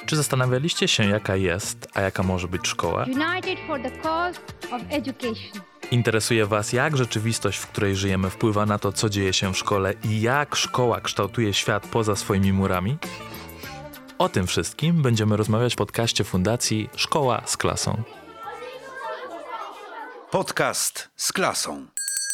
Czy zastanawialiście się, jaka jest, a jaka może być szkoła? United for the cause of education. Interesuje Was, jak rzeczywistość, w której żyjemy, wpływa na to, co dzieje się w szkole i jak szkoła kształtuje świat poza swoimi murami? O tym wszystkim będziemy rozmawiać w podcaście Fundacji Szkoła z klasą. Podcast z klasą.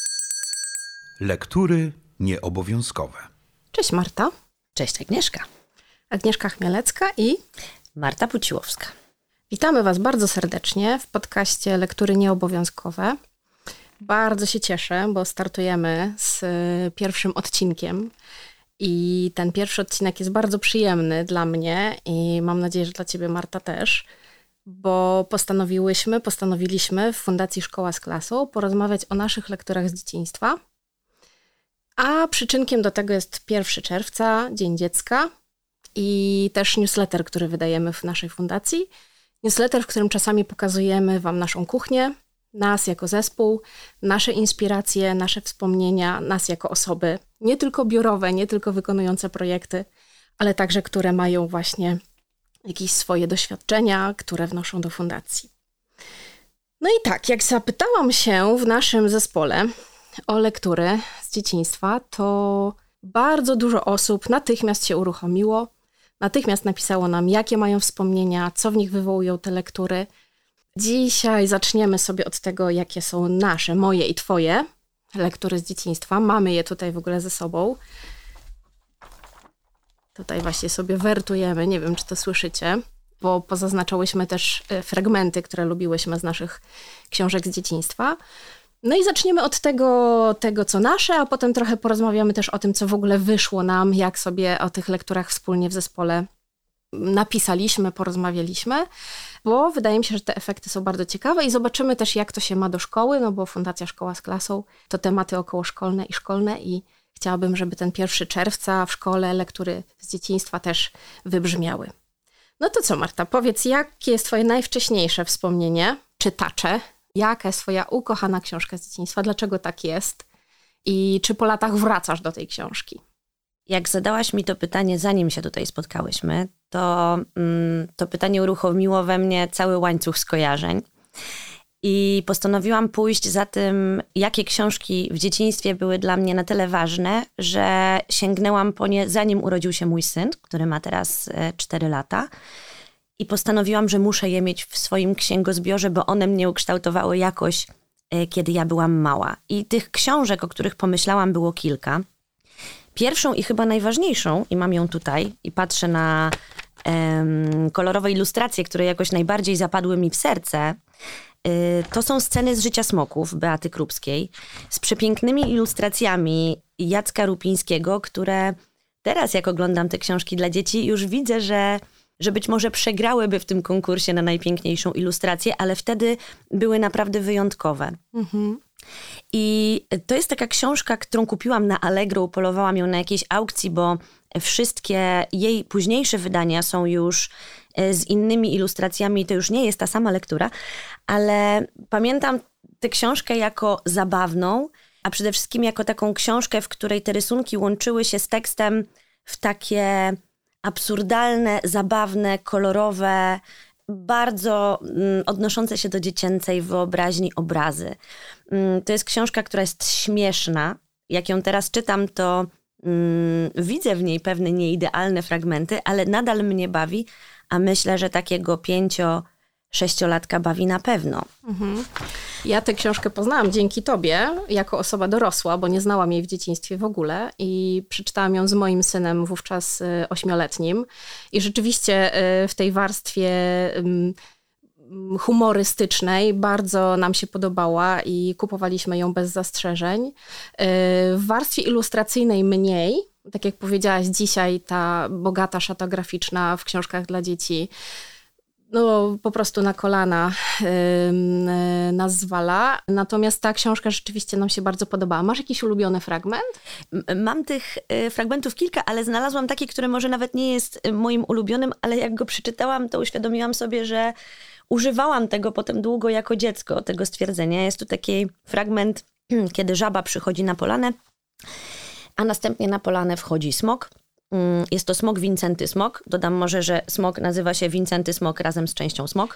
Lektury nieobowiązkowe. Cześć Marta. Cześć Agnieszka. Agnieszka Chmielecka i Marta Puciłowska. Witamy Was bardzo serdecznie w podcaście Lektury nieobowiązkowe. Bardzo się cieszę, bo startujemy z pierwszym odcinkiem i ten pierwszy odcinek jest bardzo przyjemny dla mnie i mam nadzieję, że dla Ciebie, Marta, też, bo postanowiliśmy w Fundacji Szkoła z klasą porozmawiać o naszych lekturach z dzieciństwa, a przyczynkiem do tego jest 1 czerwca, Dzień Dziecka i też newsletter, który wydajemy w naszej fundacji. Newsletter, w którym czasami pokazujemy Wam naszą kuchnię, nas jako zespół, nasze inspiracje, nasze wspomnienia, nas jako osoby, nie tylko biurowe, nie tylko wykonujące projekty, ale także, które mają właśnie jakieś swoje doświadczenia, które wnoszą do fundacji. No i tak, jak zapytałam się w naszym zespole o lektury z dzieciństwa, to bardzo dużo osób natychmiast się uruchomiło, natychmiast napisało nam, jakie mają wspomnienia, co w nich wywołują te lektury. Dzisiaj zaczniemy sobie od tego, jakie są nasze, moje i Twoje lektury z dzieciństwa. Mamy je tutaj w ogóle ze sobą. Tutaj właśnie sobie wertujemy, nie wiem, czy to słyszycie, bo pozaznaczałyśmy też fragmenty, które lubiłyśmy z naszych książek z dzieciństwa. No i zaczniemy od tego, co nasze, a potem trochę porozmawiamy też o tym, co w ogóle wyszło nam, jak sobie o tych lekturach wspólnie w zespole napisaliśmy, porozmawialiśmy, bo wydaje mi się, że te efekty są bardzo ciekawe i zobaczymy też, jak to się ma do szkoły, no bo Fundacja Szkoła z klasą to tematy okołoszkolne i szkolne i chciałabym, żeby ten 1 czerwca w szkole lektury z dzieciństwa też wybrzmiały. No to co, Marta, powiedz, jakie jest Twoje najwcześniejsze wspomnienie, czytacze? Jaka jest Twoja ukochana książka z dzieciństwa? Dlaczego tak jest? I czy po latach wracasz do tej książki? Jak zadałaś mi to pytanie, zanim się tutaj spotkałyśmy, to pytanie uruchomiło we mnie cały łańcuch skojarzeń. I postanowiłam pójść za tym, jakie książki w dzieciństwie były dla mnie na tyle ważne, że sięgnęłam po nie, zanim urodził się mój syn, który ma teraz 4 lata. I postanowiłam, że muszę je mieć w swoim księgozbiorze, bo one mnie ukształtowały jakoś, kiedy ja byłam mała. I tych książek, o których pomyślałam, było kilka. Pierwszą i chyba najważniejszą, i mam ją tutaj, i patrzę na kolorowe ilustracje, które jakoś najbardziej zapadły mi w serce, to są Sceny z życia smoków Beaty Krupskiej z przepięknymi ilustracjami Jacka Rupińskiego, które teraz, jak oglądam te książki dla dzieci, już widzę, że być może przegrałyby w tym konkursie na najpiękniejszą ilustrację, ale wtedy były naprawdę wyjątkowe. Mhm. I to jest taka książka, którą kupiłam na Allegro, upolowałam ją na jakiejś aukcji, bo wszystkie jej późniejsze wydania są już z innymi ilustracjami, to już nie jest ta sama lektura, ale pamiętam tę książkę jako zabawną, a przede wszystkim jako taką książkę, w której te rysunki łączyły się z tekstem w takie absurdalne, zabawne, kolorowe, bardzo odnoszące się do dziecięcej wyobraźni obrazy. To jest książka, która jest śmieszna. Jak ją teraz czytam, to widzę w niej pewne nieidealne fragmenty, ale nadal mnie bawi, a myślę, że takiego 5-6-latka bawi na pewno. Mhm. Ja tę książkę poznałam dzięki Tobie, jako osoba dorosła, bo nie znałam jej w dzieciństwie w ogóle i przeczytałam ją z moim synem, wówczas 8-letnim. I rzeczywiście w tej warstwie humorystycznej bardzo nam się podobała i kupowaliśmy ją bez zastrzeżeń. W warstwie ilustracyjnej mniej, tak jak powiedziałaś, dzisiaj ta bogata szata graficzna w książkach dla dzieci no po prostu na kolana nas zwala. Natomiast ta książka rzeczywiście nam się bardzo podobała. Masz jakiś ulubiony fragment? Mam tych fragmentów kilka, ale znalazłam taki, który może nawet nie jest moim ulubionym, ale jak go przeczytałam, to uświadomiłam sobie, że używałam tego potem długo jako dziecko, tego stwierdzenia. Jest tu taki fragment, kiedy żaba przychodzi na polanę, a następnie na polanę wchodzi smok. Jest to smok Wincenty Smok. Dodam może, że smok nazywa się Wincenty Smok razem z częścią smok.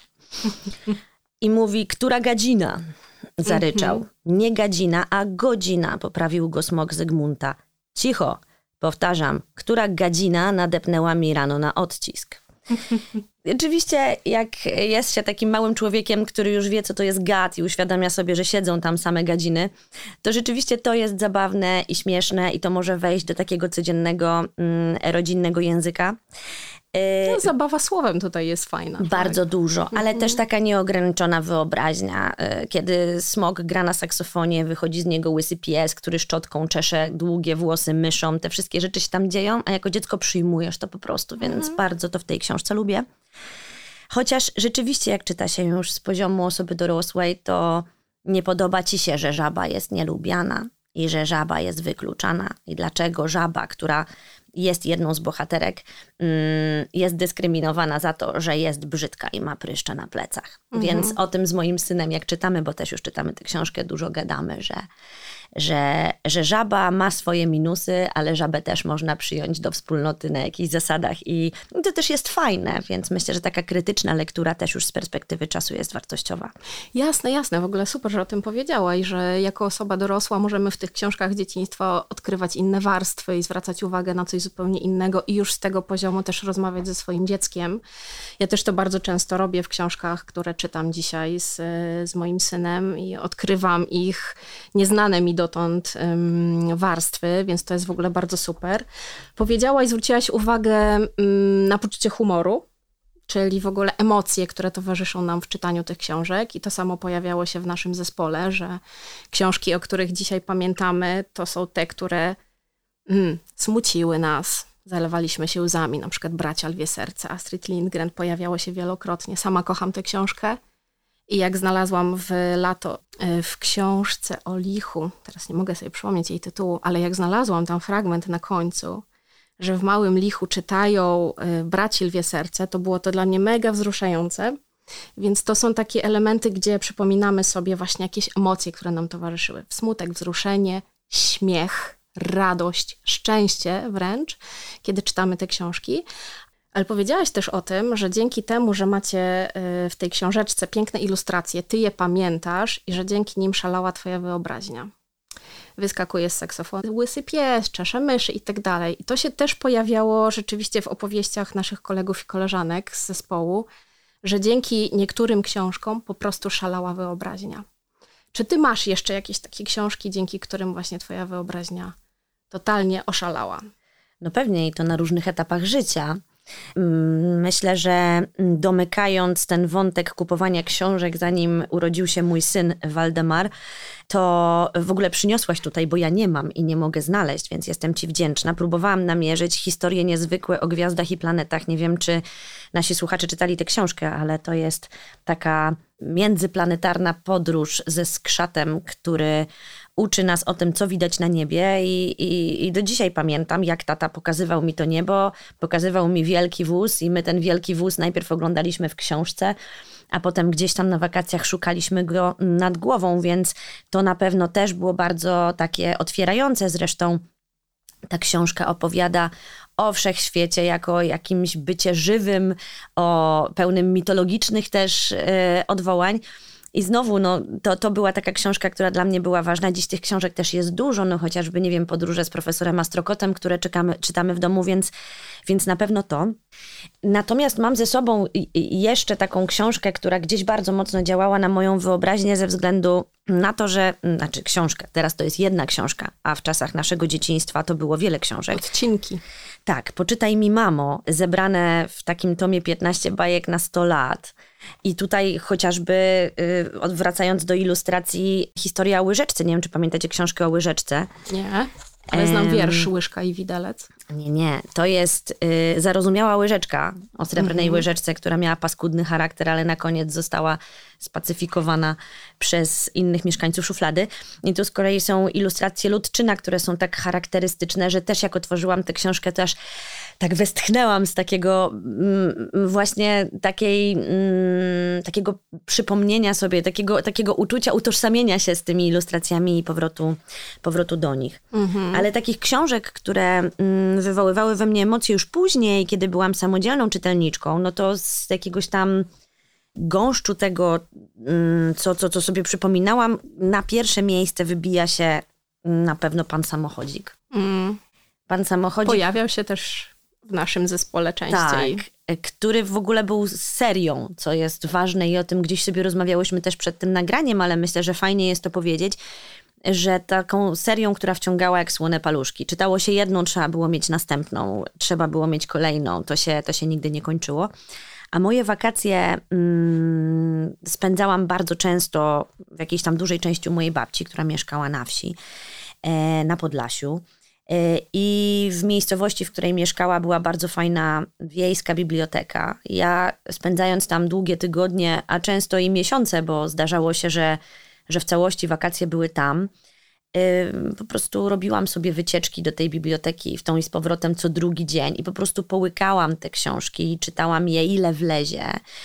I mówi, która gadzina? Zaryczał. Nie gadzina, a godzina, poprawił go smok Zygmunta. Cicho, powtarzam, która gadzina nadepnęła mi rano na odcisk. Oczywiście jak jest się takim małym człowiekiem, który już wie, co to jest gad i uświadamia sobie, że siedzą tam same gadziny, to rzeczywiście to jest zabawne i śmieszne i to może wejść do takiego codziennego, rodzinnego języka. No, zabawa słowem tutaj jest fajna. Bardzo tak? dużo, ale też taka nieograniczona wyobraźnia. Kiedy smok gra na saksofonie, wychodzi z niego łysy pies, który szczotką czesze długie włosy myszą. Te wszystkie rzeczy się tam dzieją, a jako dziecko przyjmujesz to po prostu, więc bardzo to w tej książce lubię. Chociaż rzeczywiście jak czyta się już z poziomu osoby dorosłej, to nie podoba ci się, że żaba jest nielubiana i że żaba jest wykluczana. I dlaczego żaba, która jest jedną z bohaterek, jest dyskryminowana za to, że jest brzydka i ma pryszcze na plecach. Więc o tym z moim synem, jak czytamy, bo też już czytamy tę książkę, dużo gadamy, że żaba ma swoje minusy, ale żabę też można przyjąć do wspólnoty na jakichś zasadach i to też jest fajne, więc myślę, że taka krytyczna lektura też już z perspektywy czasu jest wartościowa. Jasne. W ogóle super, że o tym powiedziałaś, że jako osoba dorosła możemy w tych książkach dzieciństwa odkrywać inne warstwy i zwracać uwagę na coś zupełnie innego i już z tego poziomu też rozmawiać ze swoim dzieckiem. Ja też to bardzo często robię w książkach, które czytam dzisiaj z moim synem i odkrywam ich nieznane mi dotąd warstwy, więc to jest w ogóle bardzo super. Powiedziałaś, zwróciłaś uwagę na poczucie humoru, czyli w ogóle emocje, które towarzyszą nam w czytaniu tych książek i to samo pojawiało się w naszym zespole, że książki, o których dzisiaj pamiętamy, to są te, które smuciły nas, zalewaliśmy się łzami, na przykład Bracia Lwie Serce, Astrid Lindgren pojawiało się wielokrotnie. Sama kocham tę książkę i jak znalazłam w lato w książce o lichu, teraz nie mogę sobie przypomnieć jej tytułu, ale jak znalazłam tam fragment na końcu, że w Małym Lichu czytają Braci Lwie Serce, to było to dla mnie mega wzruszające. Więc to są takie elementy, gdzie przypominamy sobie właśnie jakieś emocje, które nam towarzyszyły. Smutek, wzruszenie, śmiech, radość, szczęście wręcz, kiedy czytamy te książki. Ale powiedziałaś też o tym, że dzięki temu, że macie w tej książeczce piękne ilustracje, ty je pamiętasz i że dzięki nim szalała twoja wyobraźnia. Wyskakuje z saksofonu łysy pies, czesze myszy i tak dalej. I to się też pojawiało rzeczywiście w opowieściach naszych kolegów i koleżanek z zespołu, że dzięki niektórym książkom po prostu szalała wyobraźnia. Czy ty masz jeszcze jakieś takie książki, dzięki którym właśnie twoja wyobraźnia totalnie oszalała? No pewnie i to na różnych etapach życia. Myślę, że domykając ten wątek kupowania książek, zanim urodził się mój syn Waldemar, to w ogóle przyniosłaś tutaj, bo ja nie mam i nie mogę znaleźć, więc jestem ci wdzięczna. Próbowałam namierzyć historie niezwykłe o gwiazdach i planetach. Nie wiem, czy nasi słuchacze czytali tę książkę, ale to jest taka międzyplanetarna podróż ze skrzatem, który uczy nas o tym, co widać na niebie i do dzisiaj pamiętam, jak tata pokazywał mi to niebo, pokazywał mi wielki wóz i my ten wielki wóz najpierw oglądaliśmy w książce, a potem gdzieś tam na wakacjach szukaliśmy go nad głową, więc to na pewno też było bardzo takie otwierające. Zresztą ta książka opowiada o wszechświecie jako jakimś bycie żywym, o pełnym mitologicznych też odwołań. I znowu, to była taka książka, która dla mnie była ważna. Dziś tych książek też jest dużo, chociażby, nie wiem, Podróże z profesorem Astrokotem, które czytamy w domu, więc na pewno to. Natomiast mam ze sobą jeszcze taką książkę, która gdzieś bardzo mocno działała na moją wyobraźnię ze względu na to, że, książka, teraz to jest jedna książka, a w czasach naszego dzieciństwa to było wiele książek. Odcinki. Tak, Poczytaj mi mamo, zebrane w takim tomie 15 bajek na 100 lat. I tutaj chociażby wracając do ilustracji, historia o łyżeczce. Nie wiem, czy pamiętacie książkę o łyżeczce? Nie, ale znam wiersz Łyżka i Widelec. Nie. To jest zarozumiała łyżeczka o srebrnej łyżeczce, która miała paskudny charakter, ale na koniec została spacyfikowana przez innych mieszkańców szuflady. I tu z kolei są ilustracje Ludczyna, które są tak charakterystyczne, że też jak otworzyłam tę książkę, to aż tak westchnęłam z takiego właśnie takiego przypomnienia sobie, takiego uczucia, utożsamienia się z tymi ilustracjami i powrotu do nich. Ale takich książek, które wywoływały we mnie emocje już później, kiedy byłam samodzielną czytelniczką, no to z jakiegoś tam gąszczu tego, co sobie przypominałam, na pierwsze miejsce wybija się na pewno Pan Samochodzik. Pan Samochodzik Pojawiał się też w naszym zespole częściej. Tak, który w ogóle był serią, co jest ważne i o tym gdzieś sobie rozmawiałyśmy też przed tym nagraniem, ale myślę, że fajnie jest to powiedzieć, że taką serią, która wciągała jak słone paluszki. Czytało się jedną, trzeba było mieć następną, trzeba było mieć kolejną. To się nigdy nie kończyło. A moje wakacje spędzałam bardzo często w jakiejś tam dużej części u mojej babci, która mieszkała na wsi, na Podlasiu. I w miejscowości, w której mieszkała, była bardzo fajna wiejska biblioteka. Ja spędzając tam długie tygodnie, a często i miesiące, bo zdarzało się, że w całości wakacje były tam, po prostu robiłam sobie wycieczki do tej biblioteki w tą i z powrotem co drugi dzień i po prostu połykałam te książki i czytałam je ile wlezie.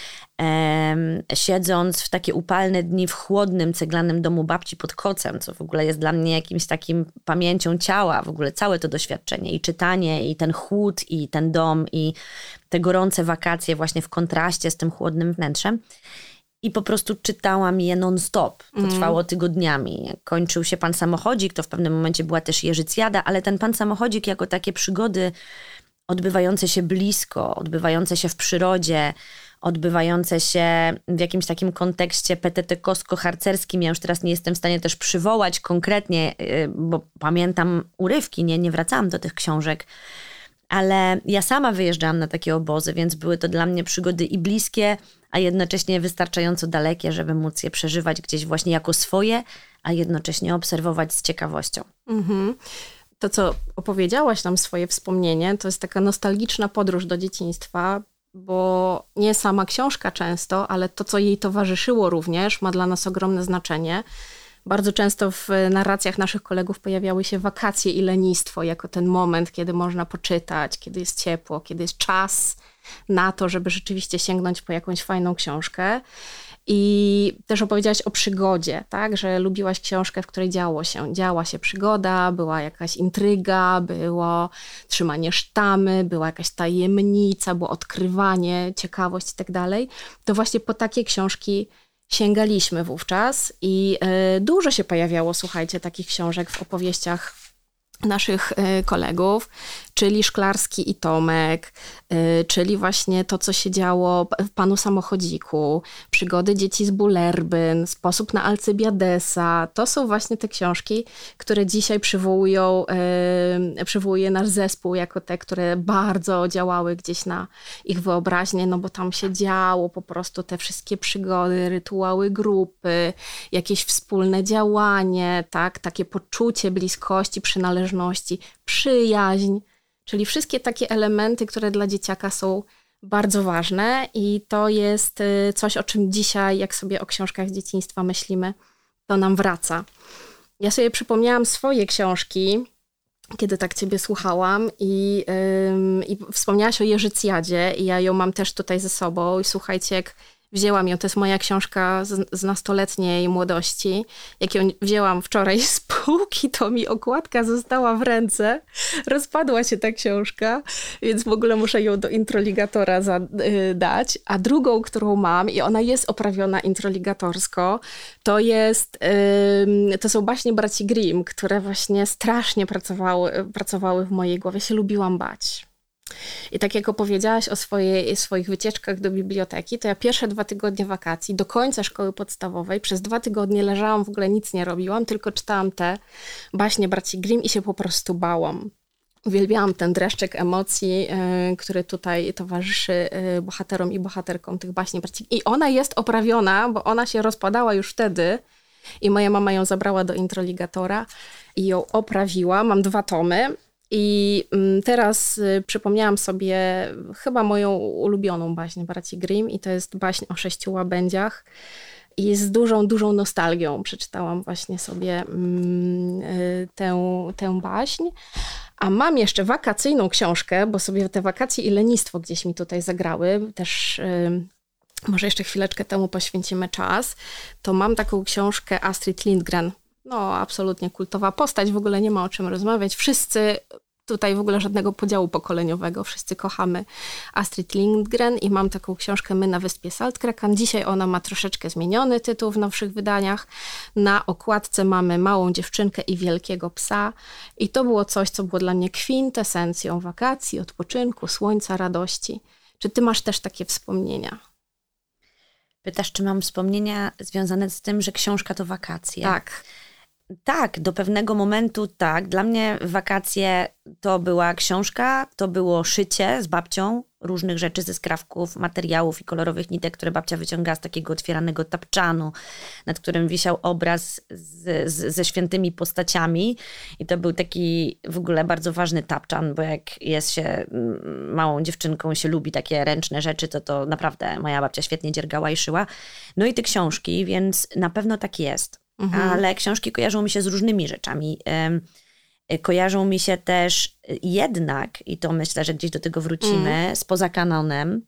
Siedząc w takie upalne dni w chłodnym, ceglanym domu babci pod kocem, co w ogóle jest dla mnie jakimś takim pamięcią ciała, w ogóle całe to doświadczenie i czytanie, i ten chłód, i ten dom, i te gorące wakacje właśnie w kontraście z tym chłodnym wnętrzem. I po prostu czytałam je non-stop. To trwało tygodniami. Jak kończył się Pan Samochodzik, to w pewnym momencie była też Jerzycjada, ale ten Pan Samochodzik jako takie przygody odbywające się blisko, odbywające się w przyrodzie, odbywające się w jakimś takim kontekście petetekowsko-harcerskim. Ja już teraz nie jestem w stanie też przywołać konkretnie, bo pamiętam urywki, nie wracałam do tych książek, ale ja sama wyjeżdżałam na takie obozy, więc były to dla mnie przygody i bliskie, a jednocześnie wystarczająco dalekie, żeby móc je przeżywać gdzieś właśnie jako swoje, a jednocześnie obserwować z ciekawością. To, co opowiedziałaś nam swoje wspomnienie, to jest taka nostalgiczna podróż do dzieciństwa, bo nie sama książka często, ale to, co jej towarzyszyło również, ma dla nas ogromne znaczenie. Bardzo często w narracjach naszych kolegów pojawiały się wakacje i lenistwo jako ten moment, kiedy można poczytać, kiedy jest ciepło, kiedy jest czas na to, żeby rzeczywiście sięgnąć po jakąś fajną książkę. I też opowiedziałaś o przygodzie, tak? Że lubiłaś książkę, w której działa się przygoda, była jakaś intryga, było trzymanie sztamy, była jakaś tajemnica, było odkrywanie, ciekawość i tak dalej. To właśnie po takie książki sięgaliśmy wówczas i dużo się pojawiało, słuchajcie, takich książek w opowieściach naszych kolegów, czyli Szklarski i Tomek, czyli właśnie to, co się działo w Panu Samochodziku, Przygody dzieci z Bullerbyn, Sposób na Alcybiadesa. To są właśnie te książki, które dzisiaj przywołuje nasz zespół jako te, które bardzo działały gdzieś na ich wyobraźnię, no bo tam się działo po prostu te wszystkie przygody, rytuały grupy, jakieś wspólne działanie, tak? Takie poczucie bliskości, przynależności, przyjaźń. Czyli wszystkie takie elementy, które dla dzieciaka są bardzo ważne i to jest coś, o czym dzisiaj, jak sobie o książkach z dzieciństwa myślimy, to nam wraca. Ja sobie przypomniałam swoje książki, kiedy tak ciebie słuchałam i wspomniałaś o Jerzycjadzie i ja ją mam też tutaj ze sobą i słuchajcie, jak wzięłam ją, to jest moja książka z nastoletniej młodości. Jak ją wzięłam wczoraj z półki, to mi okładka została w ręce. Rozpadła się ta książka, więc w ogóle muszę ją do introligatora dać. A drugą, którą mam i ona jest oprawiona introligatorsko, to są baśnie braci Grimm, które właśnie strasznie pracowały w mojej głowie. Się lubiłam bać. I tak jak opowiedziałaś o swoich wycieczkach do biblioteki, to ja pierwsze 2 tygodnie wakacji, do końca szkoły podstawowej, przez 2 tygodnie leżałam, w ogóle nic nie robiłam, tylko czytałam te baśnie braci Grimm i się po prostu bałam. Uwielbiałam ten dreszczyk emocji, który tutaj towarzyszy bohaterom i bohaterkom tych baśni braci. I ona jest oprawiona, bo ona się rozpadała już wtedy i moja mama ją zabrała do introligatora i ją oprawiła. Mam 2 tomy. I teraz przypomniałam sobie chyba moją ulubioną baśń braci Grimm i to jest baśń o 6 łabędziach. I z dużą nostalgią przeczytałam właśnie sobie tę baśń. A mam jeszcze wakacyjną książkę, bo sobie te wakacje i lenistwo gdzieś mi tutaj zagrały. Też może jeszcze chwileczkę temu poświęcimy czas. To mam taką książkę Astrid Lindgren. No, absolutnie kultowa postać, w ogóle nie ma o czym rozmawiać. Wszyscy tutaj w ogóle żadnego podziału pokoleniowego. Wszyscy kochamy Astrid Lindgren i mam taką książkę My na wyspie Saltkrakan. Dzisiaj ona ma troszeczkę zmieniony tytuł w nowszych wydaniach. Na okładce mamy małą dziewczynkę i wielkiego psa. I to było coś, co było dla mnie kwintesencją wakacji, odpoczynku, słońca, radości. Czy ty masz też takie wspomnienia? Pytasz, czy mam wspomnienia związane z tym, że książka to wakacje? Tak. Tak, do pewnego momentu tak. Dla mnie wakacje to była książka, to było szycie z babcią różnych rzeczy ze skrawków, materiałów i kolorowych nitek, które babcia wyciągała z takiego otwieranego tapczanu, nad którym wisiał obraz ze świętymi postaciami. I to był taki w ogóle bardzo ważny tapczan, bo jak jest się małą dziewczynką, się lubi takie ręczne rzeczy, to naprawdę moja babcia świetnie dziergała i szyła. No i te książki, więc na pewno tak jest. Ale książki kojarzą mi się z różnymi rzeczami. Kojarzą mi się też jednak, i to myślę, że gdzieś do tego wrócimy, spoza kanonem.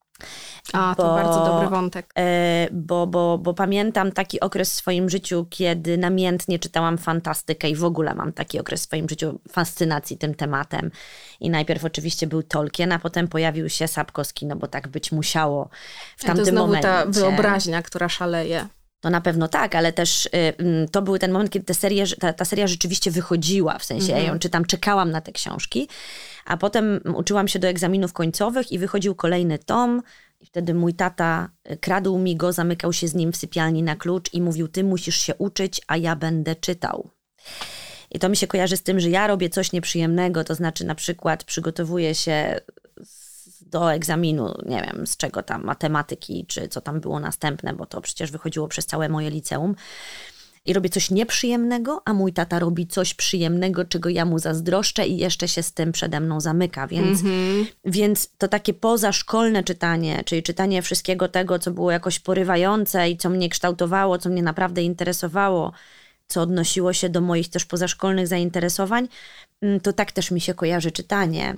To bardzo dobry wątek. Bo pamiętam taki okres w swoim życiu, kiedy namiętnie czytałam fantastykę i w ogóle mam taki okres w swoim życiu fascynacji tym tematem. I najpierw oczywiście był Tolkien, a potem pojawił się Sapkowski, no bo tak być musiało w tamtym momencie. To znowu ta wyobraźnia, która szaleje. To na pewno tak, ale też to był ten moment, kiedy ta seria rzeczywiście wychodziła, w sensie ja ją czytam, czekałam na te książki, a potem uczyłam się do egzaminów końcowych i wychodził kolejny tom i wtedy mój tata kradł mi go, zamykał się z nim w sypialni na klucz i mówił, ty musisz się uczyć, a ja będę czytał. I to mi się kojarzy z tym, że ja robię coś nieprzyjemnego, to znaczy na przykład przygotowuję się do egzaminu, nie wiem, z czego tam, matematyki, czy co tam było następne, bo to przecież wychodziło przez całe moje liceum. I robię coś nieprzyjemnego, a mój tata robi coś przyjemnego, czego ja mu zazdroszczę i jeszcze się z tym przede mną zamyka. Więc to takie pozaszkolne czytanie, czyli czytanie wszystkiego tego, co było jakoś porywające i co mnie kształtowało, co mnie naprawdę interesowało, co odnosiło się do moich też pozaszkolnych zainteresowań, to tak też mi się kojarzy czytanie.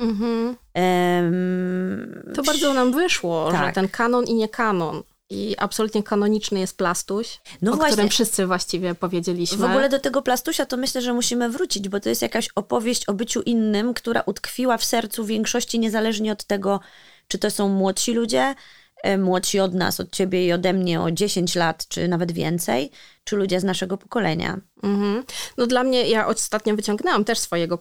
To bardzo nam wyszło, tak. Że ten kanon i nie kanon. I absolutnie kanoniczny jest Plastuś, no o właśnie, którym wszyscy właściwie powiedzieliśmy. W ogóle do tego Plastusia to myślę, że musimy wrócić, bo to jest jakaś opowieść o byciu innym, która utkwiła w sercu większości, niezależnie od tego, czy to są młodsi ludzie, młodsi od nas, od ciebie i ode mnie o 10 lat, czy nawet więcej, czy ludzie z naszego pokolenia. No dla mnie, ja ostatnio wyciągnęłam też swojego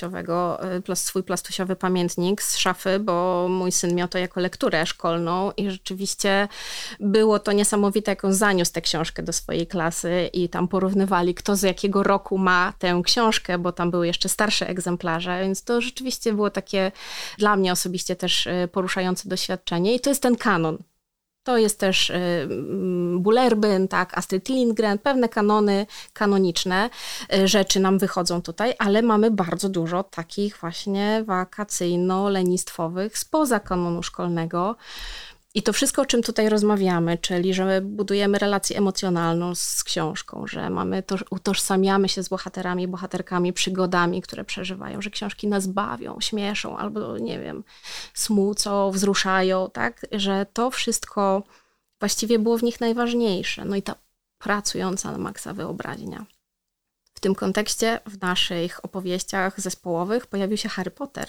swój plastusiowy pamiętnik z szafy, bo mój syn miał to jako lekturę szkolną i rzeczywiście było to niesamowite, jak on zaniósł tę książkę do swojej klasy i tam porównywali, kto z jakiego roku ma tę książkę, bo tam były jeszcze starsze egzemplarze, więc to rzeczywiście było takie dla mnie osobiście też poruszające doświadczenie i to jest ten kanon. To jest też Bullerbyn, tak, Astrid Lindgren, pewne kanony kanoniczne rzeczy nam wychodzą tutaj, ale mamy bardzo dużo takich właśnie wakacyjno-lenistwowych spoza kanonu szkolnego. I to wszystko, o czym tutaj rozmawiamy, czyli że budujemy relację emocjonalną z książką, że utożsamiamy się z bohaterami i bohaterkami, przygodami, które przeżywają, że książki nas bawią, śmieszą albo, nie wiem, smucą, wzruszają, tak? Że to wszystko właściwie było w nich najważniejsze. No i ta pracująca na maksa wyobraźnia. W tym kontekście w naszych opowieściach zespołowych pojawił się Harry Potter.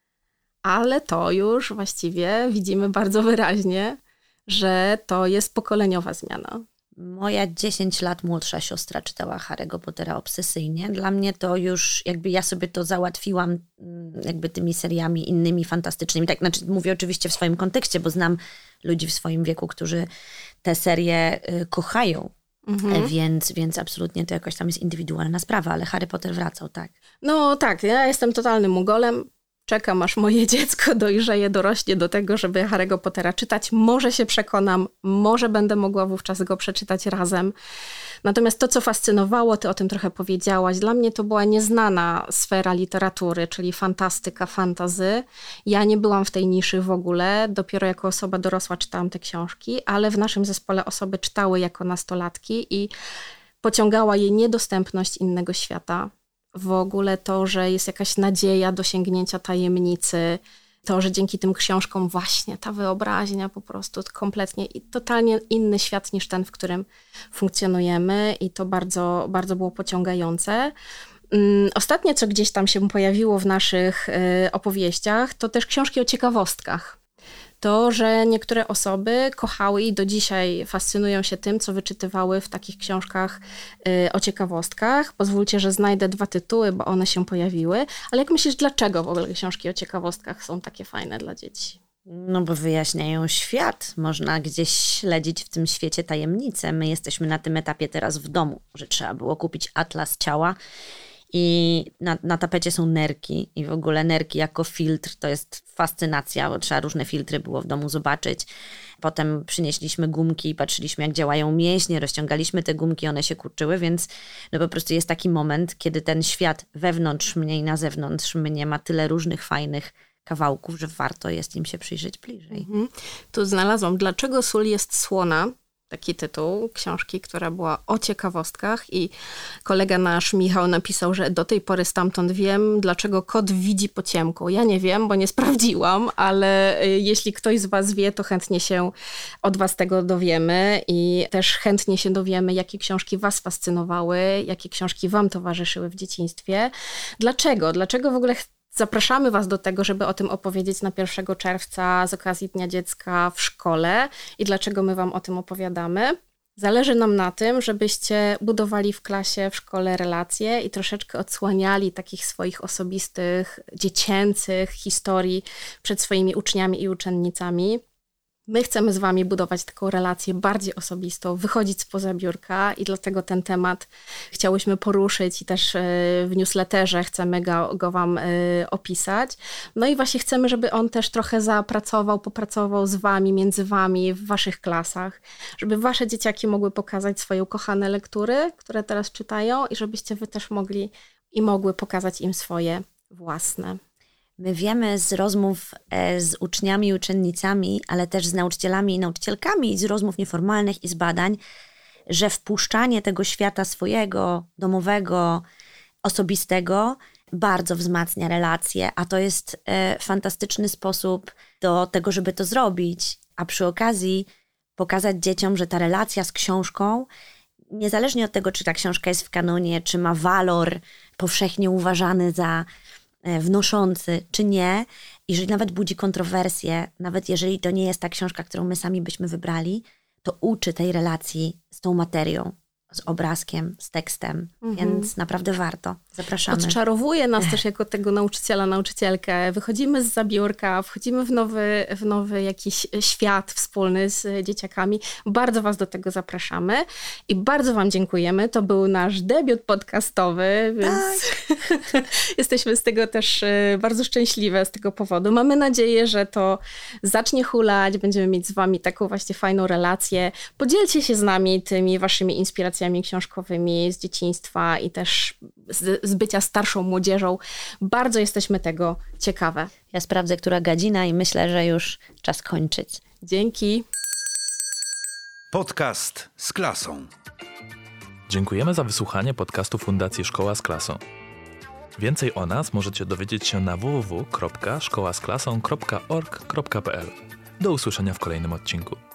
Ale to już właściwie widzimy bardzo wyraźnie, że to jest pokoleniowa zmiana. Moja 10 lat młodsza siostra czytała Harry'ego Pottera obsesyjnie. Dla mnie to już jakby ja sobie to załatwiłam jakby tymi seriami innymi fantastycznymi. Tak, znaczy mówię oczywiście w swoim kontekście, bo znam ludzi w swoim wieku, którzy te serie kochają. Więc absolutnie to jakoś tam jest indywidualna sprawa, ale Harry Potter wracał, tak. No tak, ja jestem totalnym mongolem. Czekam, aż moje dziecko dojrzeje, dorośnie do tego, żeby Harry'ego Pottera czytać. Może się przekonam, może będę mogła wówczas go przeczytać razem. Natomiast to, co fascynowało, ty o tym trochę powiedziałaś, dla mnie to była nieznana sfera literatury, czyli fantastyka, fantasy. Ja nie byłam w tej niszy w ogóle. Dopiero jako osoba dorosła czytałam te książki, ale w naszym zespole osoby czytały jako nastolatki i pociągała je niedostępność innego świata. w ogóle to, że jest jakaś nadzieja do sięgnięcia tajemnicy, to, że dzięki tym książkom właśnie ta wyobraźnia po prostu kompletnie i totalnie inny świat niż ten, w którym funkcjonujemy i to bardzo, bardzo było pociągające. Ostatnie, co gdzieś tam się pojawiło w naszych opowieściach, to też książki o ciekawostkach. To, że niektóre osoby kochały i do dzisiaj fascynują się tym, co wyczytywały w takich książkach o ciekawostkach. Pozwólcie, że znajdę 2 tytuły, bo one się pojawiły. Ale jak myślisz, dlaczego w ogóle książki o ciekawostkach są takie fajne dla dzieci? No bo wyjaśniają świat. Można gdzieś śledzić w tym świecie tajemnice. My jesteśmy na tym etapie teraz w domu, że trzeba było kupić atlas ciała. I na tapecie są nerki i w ogóle nerki jako filtr to jest fascynacja, bo trzeba różne filtry było w domu zobaczyć. Potem przynieśliśmy gumki i patrzyliśmy, jak działają mięśnie, rozciągaliśmy te gumki, one się kurczyły, więc no po prostu jest taki moment, kiedy ten świat wewnątrz mnie i na zewnątrz mnie ma tyle różnych fajnych kawałków, że warto jest im się przyjrzeć bliżej. Tu znalazłam Dlaczego sól jest słona? Taki tytuł książki, która była o ciekawostkach i kolega nasz Michał napisał, że do tej pory stamtąd wiem, dlaczego kot widzi po ciemku. Ja nie wiem, bo nie sprawdziłam, ale jeśli ktoś z was wie, to chętnie się od was tego dowiemy i też chętnie się dowiemy, jakie książki was fascynowały, jakie książki wam towarzyszyły w dzieciństwie. Dlaczego? Dlaczego w ogóle zapraszamy was do tego, żeby o tym opowiedzieć na 1 czerwca z okazji Dnia Dziecka w szkole i dlaczego my wam o tym opowiadamy. Zależy nam na tym, żebyście budowali w klasie, w szkole relacje i troszeczkę odsłaniali takich swoich osobistych, dziecięcych historii przed swoimi uczniami i uczennicami. My chcemy z wami budować taką relację bardziej osobistą, wychodzić spoza biurka i dlatego ten temat chciałyśmy poruszyć i też w newsletterze chcemy go wam opisać. No i właśnie chcemy, żeby on też trochę popracował z wami, między wami, w waszych klasach, żeby wasze dzieciaki mogły pokazać swoje ukochane lektury, które teraz czytają i żebyście wy też mogli i mogły pokazać im swoje własne. My wiemy z rozmów z uczniami i uczennicami, ale też z nauczycielami i nauczycielkami, z rozmów nieformalnych i z badań, że wpuszczanie tego świata swojego, domowego, osobistego bardzo wzmacnia relacje, a to jest fantastyczny sposób do tego, żeby to zrobić, a przy okazji pokazać dzieciom, że ta relacja z książką, niezależnie od tego, czy ta książka jest w kanonie, czy ma walor powszechnie uważany za wnoszący, czy nie, jeżeli nawet budzi kontrowersje, nawet jeżeli to nie jest ta książka, którą my sami byśmy wybrali, to uczy tej relacji z tą materią, z obrazkiem, z tekstem, więc naprawdę warto. Zapraszamy. Odczarowuje nas też jako tego nauczyciela, nauczycielkę. Wychodzimy z biurka, wchodzimy w nowy jakiś świat wspólny z dzieciakami. Bardzo was do tego zapraszamy i bardzo wam dziękujemy. To był nasz debiut podcastowy, więc jesteśmy z tego też bardzo szczęśliwe z tego powodu. Mamy nadzieję, że to zacznie hulać, będziemy mieć z wami taką właśnie fajną relację. Podzielcie się z nami tymi waszymi inspiracjami książkowymi z dzieciństwa i też z bycia starszą młodzieżą. Bardzo jesteśmy tego ciekawe. Ja sprawdzę, która godzina i myślę, że już czas kończyć. Dzięki. Podcast z klasą. Dziękujemy za wysłuchanie podcastu Fundacji Szkoła z Klasą. Więcej o nas możecie dowiedzieć się na www.szkołasklasą.org.pl. Do usłyszenia w kolejnym odcinku.